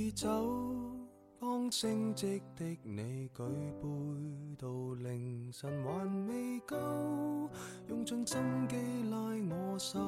已走，刚升职的你举杯到凌晨还未够，用尽心机拉我手，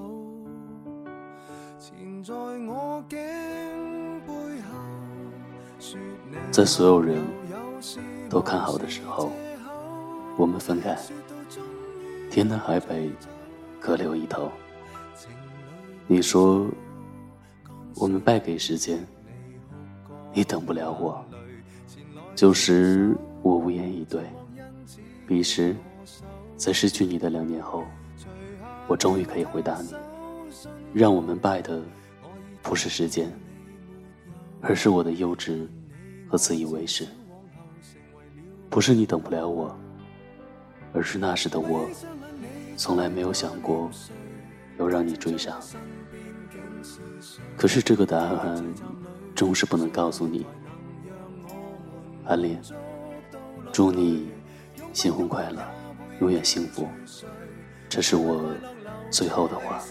缠在我颈背后，说你在所有人都看好的时候，我们分开，天南海北各留一头。你说我们败给时间，你等不了我，旧时我无言以对，彼时在失去你的2年后，我终于可以回答你，让我们败的不是时间，而是我的幼稚和自以为是。不是你等不了我，而是那时的我从来没有想过要让你追上。可是这个答案终是不能告诉你。韩林，祝你新婚快乐，永远幸福，这是我最后的话。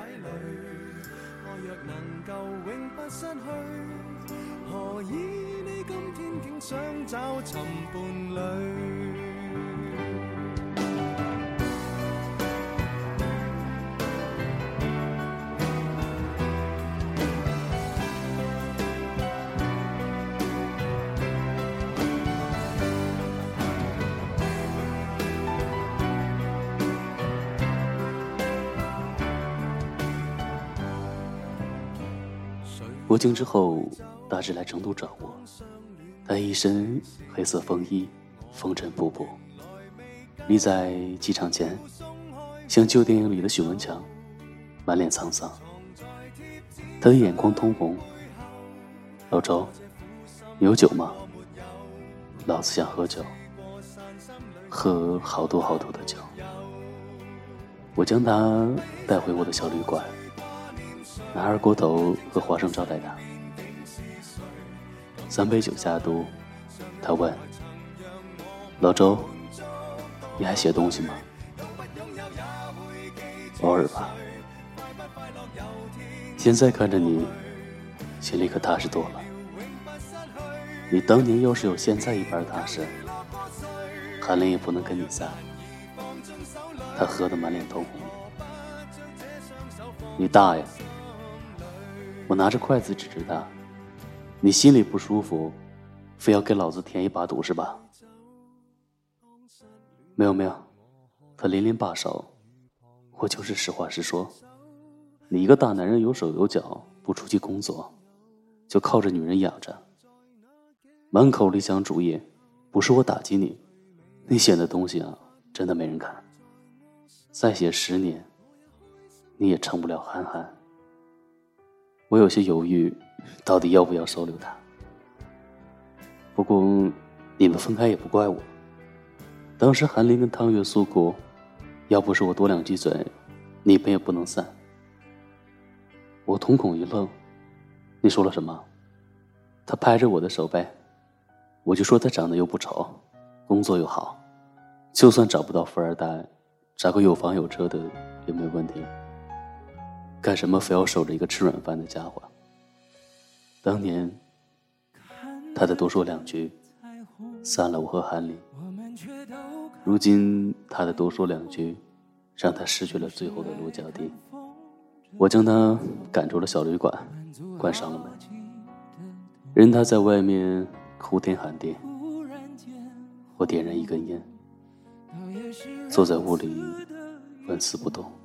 何以你今天竟想找寻伴侣？ 国庆之后，大志来成都找我，他一身黑色风衣，风尘仆仆，立在机场前，像旧电影里的许文强，满脸沧桑。他的眼眶通红。老周，你有酒吗？老子想喝酒，喝好多好多的酒。我将他带回我的小旅馆，拿二锅头和花生招待他。3杯酒下肚，他问：老周，你还写东西吗？偶尔吧。现在看着你，心里可踏实多了。你当年要是有现在一般踏实，韩林也不能跟你散。他喝得满脸通红。你大呀！我拿着筷子指着他，你心里不舒服，非要给老子添一把堵是吧？没有，他连连罢手，我就是实话实说。你一个大男人有手有脚，不出去工作，就靠着女人养着，满口理想主义，不是我打击你，你写的东西啊，真的没人看。再写10年，你也成不了韩寒。我有些犹豫，到底要不要收留他。不过你们分开也不怪我，当时韩林跟汤月诉苦，要不是我多2句嘴，你们也不能散。我瞳孔一愣，你说了什么？他拍着我的手背，我就说他长得又不丑，工作又好，就算找不到富二代，找个有房有车的也没问题。干什么非要守着一个吃软饭的家伙？当年他再多说2句，散了我和韩林。如今他再多说2句，让他失去了最后的落脚地。我将他赶出了小旅馆，关上了门，任他在外面哭天喊地。我点燃一根烟，坐在屋里纹丝不动。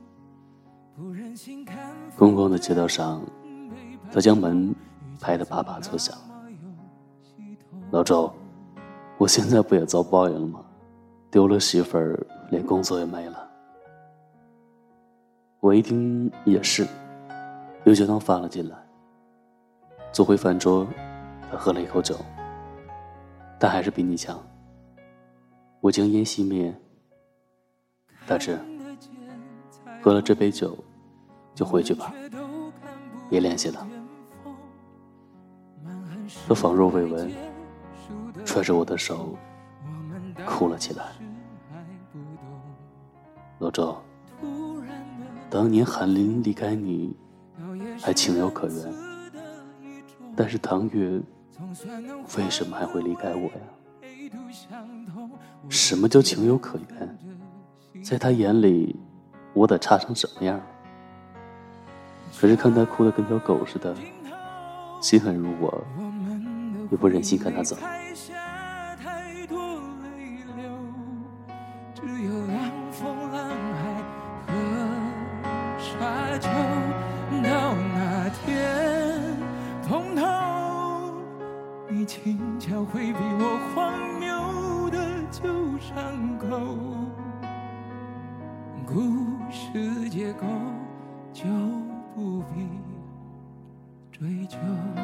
空旷的街道上，他将门拍得啪啪作响。老周，我现在不也遭报应了吗？丢了媳妇儿，连工作也没了。我一听也是，刘九堂翻了进来，坐回饭桌，他喝了一口酒，但还是比你强。我将烟熄灭，大志，喝了这杯酒就回去吧，别联系了。他仿若未闻，拽着我的手哭了起来。老周，当年韩林离开你还情有可原，但是唐月为什么还会离开我呀？什么叫情有可原？在他眼里，我得差成什么样？可是看他哭得跟条狗似的，心狠如我，也不忍心看他走。 只有浪风浪海和沙丘，到那天通透，你轻巧回避我荒谬的旧伤口，故事结构就不必追究。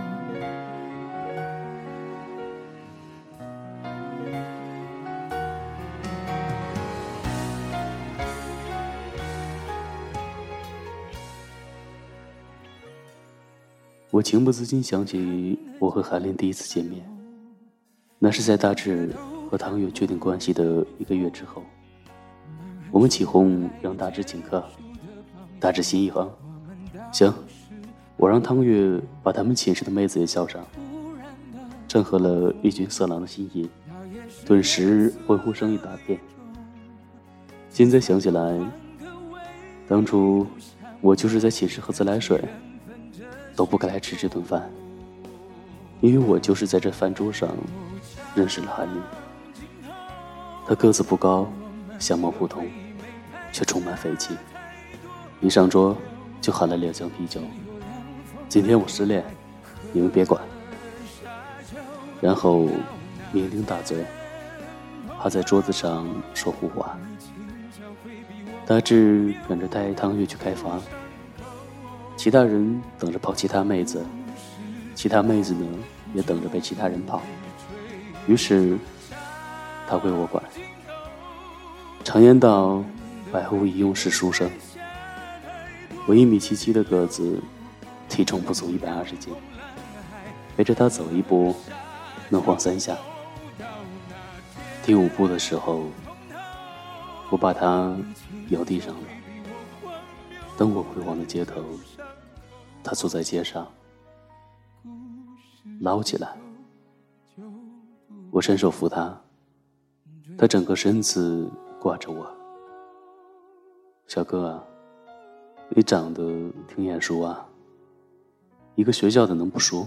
我情不自禁想起我和韩林第一次见面，那是在大志和汤月确定关系的1个月之后。我们起哄让大志请客，大志心一横，行，我让汤月把他们寝室的妹子也叫上，正合了一群色狼的心意，顿时欢呼声一大片。现在想起来，当初我就是在寝室喝自来水都不该来吃这顿饭，因为我就是在这饭桌上认识了韩林。他个子不高，相貌普通，却充满匪气，一上桌就喊了2箱啤酒，今天我失恋，你们别管。然后酩酊大醉，趴在桌子上说胡话。大致赶着带汤月去开房，其他人等着泡其他妹子，其他妹子呢也等着被其他人泡，于是他归我管。常言道，百无一用是书生。我1米77的个子，体重不足120斤，陪着他走一步能晃3下。第5步的时候，我把他摇地上了。等我回望的街头，他坐在街上，捞起来。我伸手扶他，他整个身子挂着我。小哥啊，你长得挺眼熟啊，一个学校的能不熟？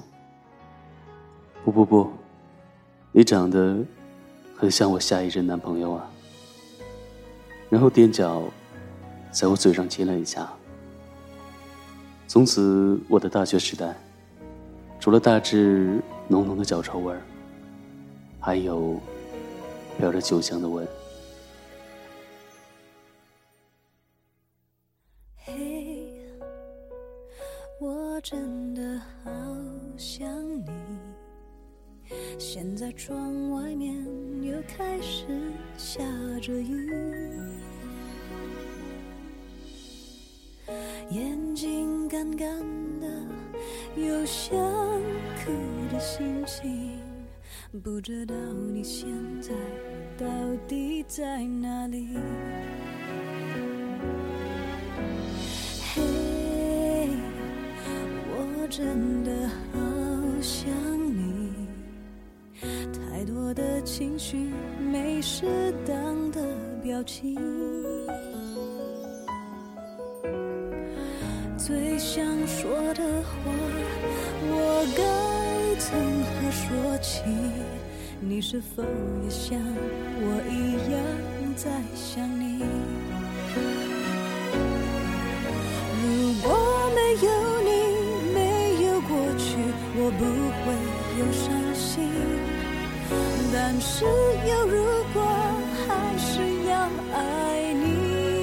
不，你长得很像我下一任男朋友啊。然后踮脚在我嘴上亲了一下。从此我的大学时代，除了大致浓浓的脚臭味儿，还有飘着酒香的吻。 嘿，我真的好想你，现在窗外面又开始下着雨，眼睛干干的，有想哭的心情，不知道你现在到底在哪里。嘿，我真的好想你，太多的情绪没适当的表情，最想说的话我该从何说起，你是否也像我一样在想你？如果没有你，没有过去，我不会有伤心，但是有如果还是要爱你。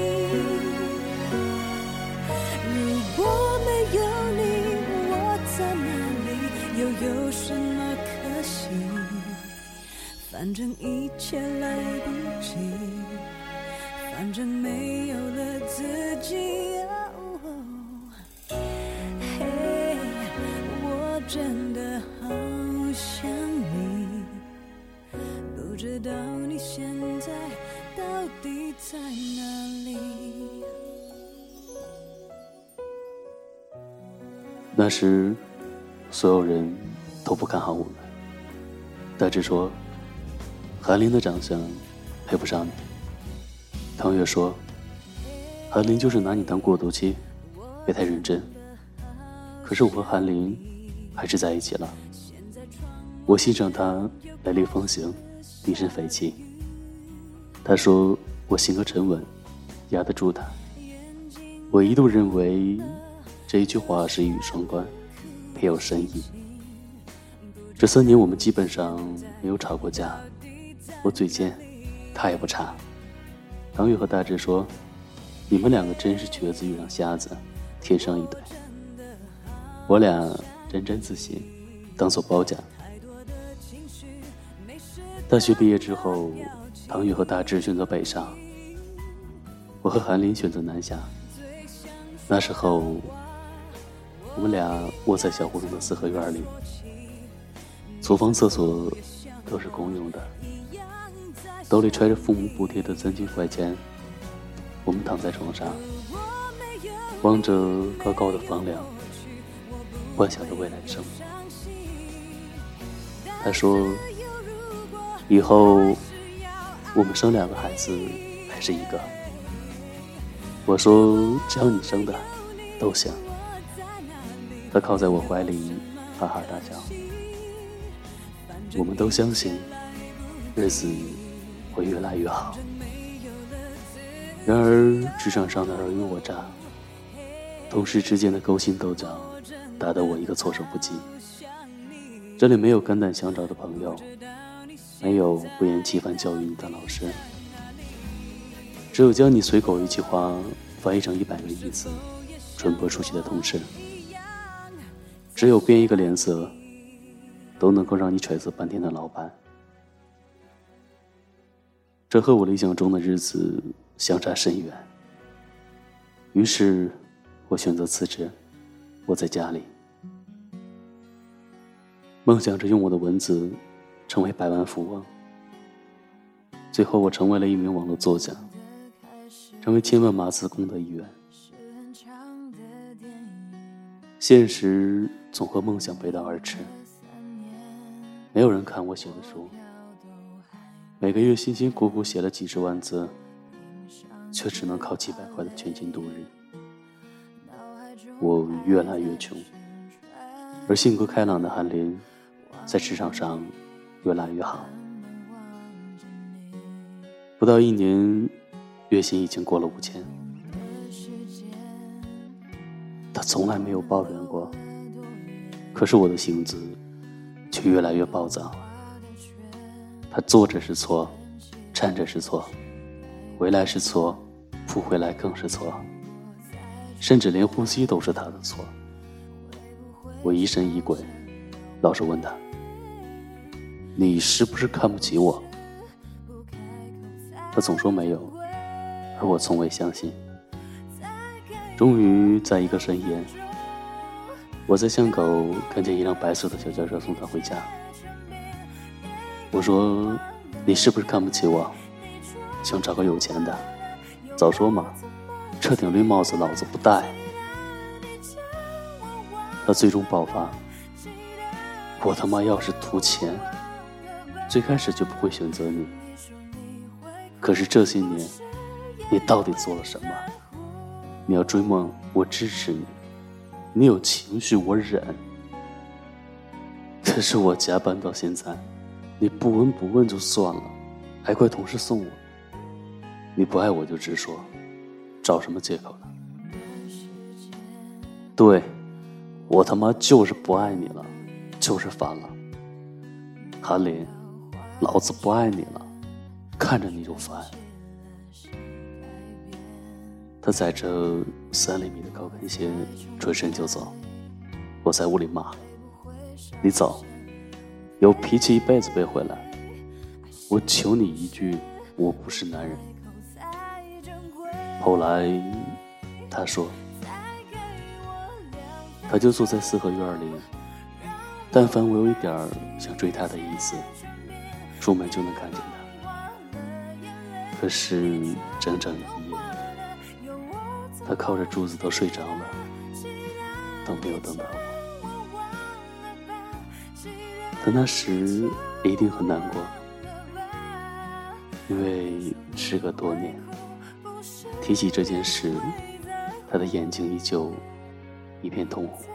如果没有你，我在哪里，又有什么可惜？反正一切来不及，反正没有了自己。嘿，我真的好想你，不知道你现在到底在哪里。 那时所有人都不看好我们， 大致说韩林的长相配不上你。唐月说韩林就是拿你当过渡期，别太认真。可是我和韩林还是在一起了。我欣赏他来历风行，一身匪气。他说我性格沉稳，压得住他。我一度认为这一句话是一语双关，别有深意。这3年我们基本上没有吵过架，我嘴贱，他也不差。唐月和大志说，你们2个真是瘸子遇上瞎子，天生一对。我俩沾沾自喜，当作褒奖。大学毕业之后，唐月和大志选择北上，我和韩林选择南下。那时候我们俩窝在小胡同的4合院里，厨房厕所都是公用的，兜里揣着父母补贴的3千块钱。我们躺在床上，望着高高的房梁，幻想着未来的生活。他说以后我们生2个孩子还是1个。我说只要你生的都行。他靠在我怀里哈哈大笑。我们都相信日子会越来越好。然而职场上的尔虞我诈，同事之间的勾心斗角，打得我一个措手不及。这里没有肝胆相照的朋友，没有不厌其烦教育你的老师，只有将你随口一句话翻译成100个意思传播出去的同事，只有变一个脸色都能够让你揣测半天的老板。这和我理想中的日子相差甚远。于是我选择辞职，窝在家里，梦想着用我的文字成为百万富翁。最后我成为了一名网络作家，成为千万码字工的一员。现实总和梦想背道而驰，没有人看我写的书，每个月辛辛苦苦写了几十万字，却只能靠几百块的全勤度日。我越来越穷，而性格开朗的韩林在职场上越来越好。不到1年，月薪已经过了5000。他从来没有抱怨过，可是我的性子却越来越暴躁。他坐着是错，站着是错，回来是错，不回来更是错，甚至连呼吸都是他的错。我疑神疑鬼，老是问他，你是不是看不起我？他总说没有，而我从未相信。终于在一个深夜，我在巷口看见一辆白色的小轿车送他回家。我说，你是不是看不起我，想找个有钱的？早说嘛，这顶绿帽子老子不戴。他最终爆发，我他妈要是图钱，最开始就不会选择你。可是这些年你到底做了什么？你要追梦，我支持你；你有情绪，我忍。可是我加班到现在，你不闻不问就算了，还怪同事送我。你不爱我就直说，找什么借口呢？对，我他妈就是不爱你了，就是烦了。韩林，老子不爱你了，看着你就烦。他踩着3厘米的高跟鞋转身就走，我在屋里骂，你走，有脾气一辈子背回来，我求你一句，我不是男人。后来他说，他就坐在4合院里，但凡我有一点想追他的意思，出门就能看见他。可是整整1夜，他靠着柱子都睡着了，都没有等到我。他那时一定很难过，因为时隔多年，提起这件事，他的眼睛依旧一片通红。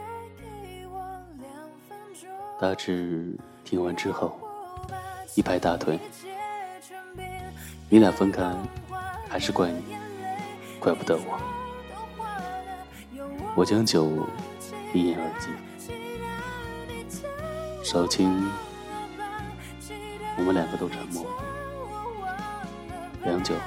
大致听完之后，一拍大腿，你俩分开还是怪你，怪不得我。我将酒一饮而尽，少卿，我们两个都沉默良久。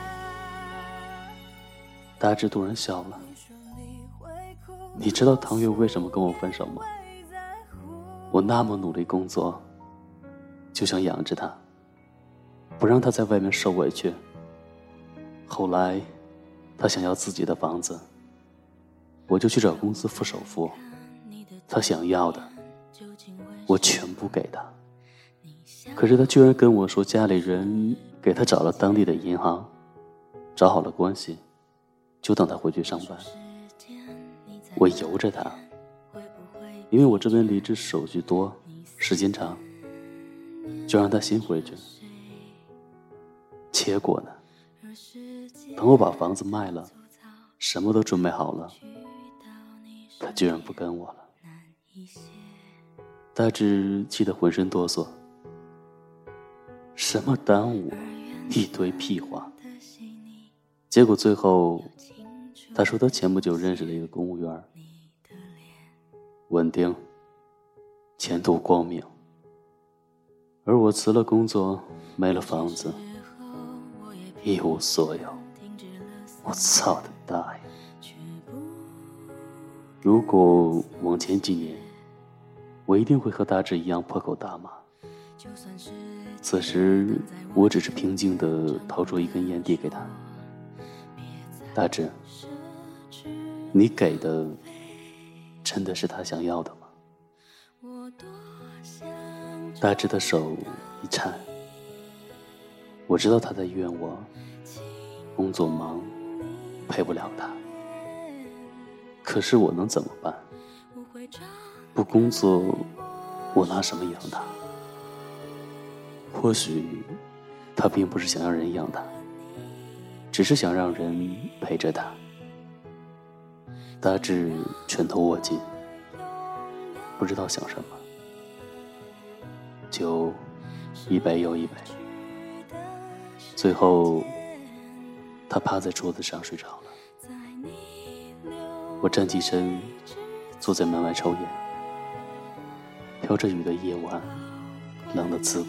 大致突然笑了。你知道唐月为什么跟我分手吗？我那么努力工作，就想养着他，不让他在外面受委屈。后来他想要自己的房子，我就去找公司付首付，他想要的我全部给他。可是他居然跟我说家里人给他找了当地的银行，找好了关系，就等他回去上班。我由着他，因为我这边离职手续多，时间长，就让他先回去。结果呢，等我把房子卖了，什么都准备好了，他居然不跟我了。大致气得浑身哆嗦，什么耽误，一堆屁话。结果最后他说他前不久认识了一个公务员，稳定，前途光明。而我辞了工作，没了房子，一无所有。我操的大爷！如果往前几年，我一定会和大致一样破口大骂。此时我只是平静地掏出一根烟递给他。大致，你给的真的是他想要的吗？大致的手一颤，我知道他在怨我工作忙陪不了他，可是我能怎么办？不工作我拿什么养他？或许他并不是想让人养他，只是想让人陪着他。大致拳头握紧，不知道想什么，酒一杯又一杯，最后他趴在桌子上睡着了。我站起身，坐在门外抽烟。飘着雨的夜晚，冷得刺骨。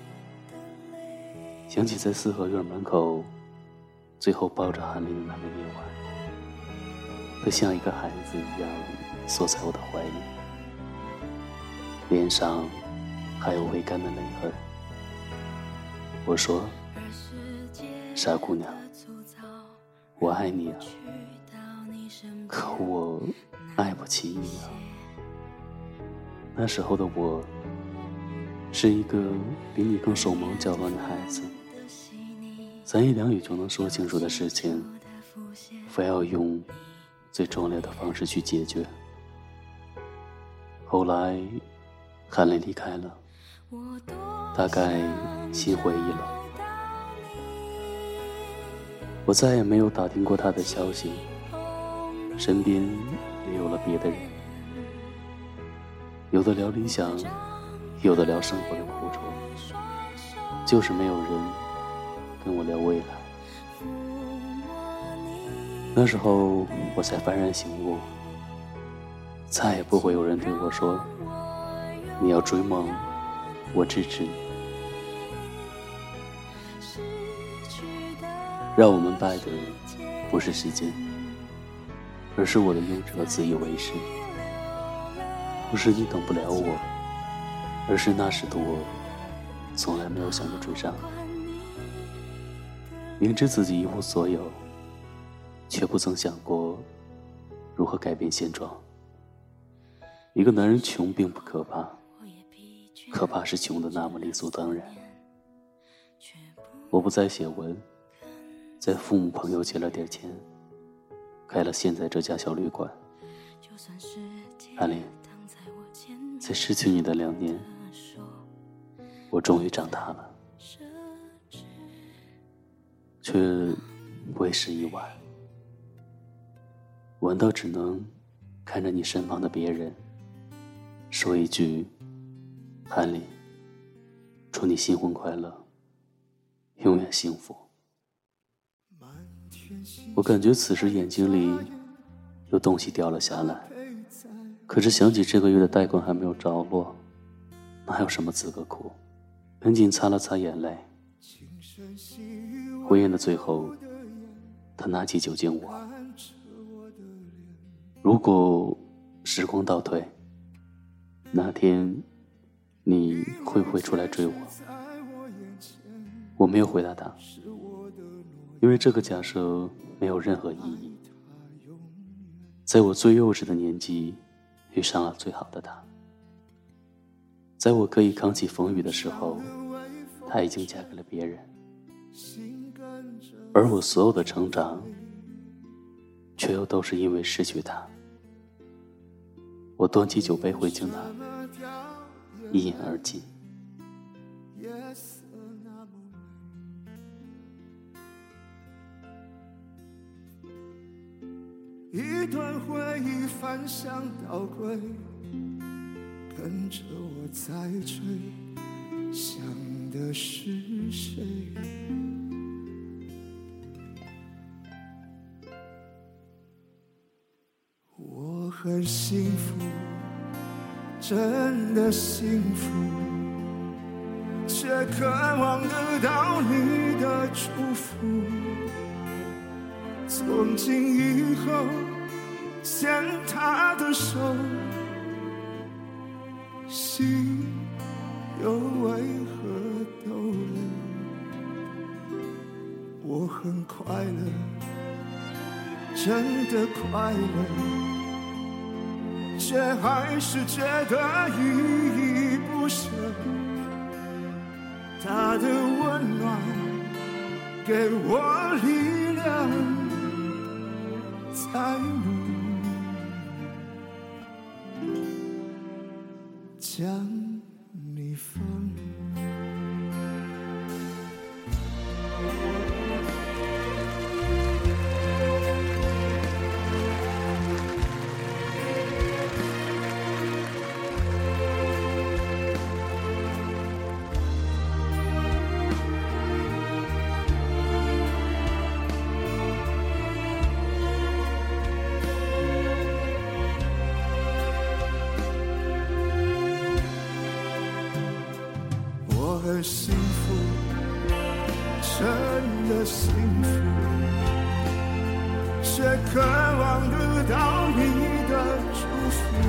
想起在四合院门口最后抱着韩林的那个夜晚，他像一个孩子一样缩在我的怀里，脸上还有未干的泪痕。我说，傻姑娘，我爱你啊，可我爱不起你啊。那时候的我是一个比你更手忙脚乱的孩子，三言两语就能说清楚的事情，非要用最壮烈的方式去解决。后来韩磊离开了，大概心灰意冷，我再也没有打听过他的消息，身边也有了别的人，有的聊理想，有的聊生活的苦楚，就是没有人跟我聊未来。那时候我才幡然醒悟，再也不会有人对我说，你要追梦，我支持你。让我们败的不是时间，而是我的幼稚和自以为是。不是你等不了我，而是那时的我从来没有想过追上你。明知自己一无所有，却不曾想过如何改变现状。一个男人穷并不可怕，可怕是穷的那么理所当然。我不再写文，在父母朋友借了点钱，开了现在这家小旅馆。韩林，在失去你的2年， 我终于长大了，却为时已晚。晚到只能看着你身旁的别人，说一句：韩林，祝你新婚快乐，永远幸福。我感觉此时眼睛里有东西掉了下来，可是想起这个月的贷款还没有着落，哪有什么资格哭？赶紧擦了擦眼泪。婚宴的最后，他拿起酒敬我。如果时光倒退，那天你会不会出来追我？我没有回答他，因为这个假设没有任何意义。在我最幼稚的年纪遇上了最好的他，在我可以扛起风雨的时候，她已经嫁给了别人，而我所有的成长却又都是因为失去他。我端起酒杯回敬他，一饮而尽。 一段回忆翻箱倒柜，跟着我在追，想的是谁？我很幸福，真的幸福，却渴望得到你的祝福。从今以后牵他的手，心又为何抖了？我很快乐，真的快乐，却还是觉得依依不舍。他的温暖给我力量，才能将你放。很幸福，真的幸福，却渴望得到你的祝福。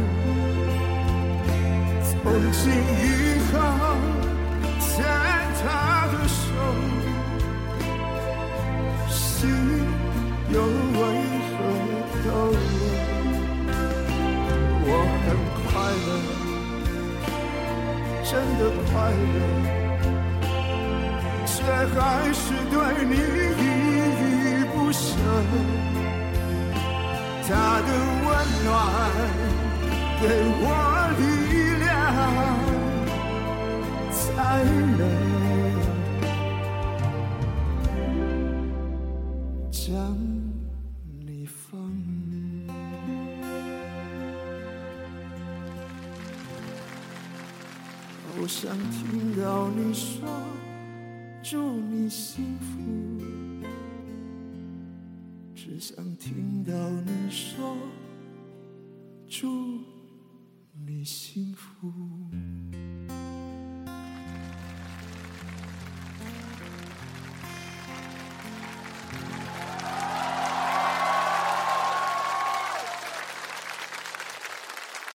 从今以后牵他的手，心又为何抖了？我很快乐，真的快乐，却还是对你依依不舍。他的温暖给我力量，才能将你放。好想听到你说祝你幸福，只想听到你说祝你幸福。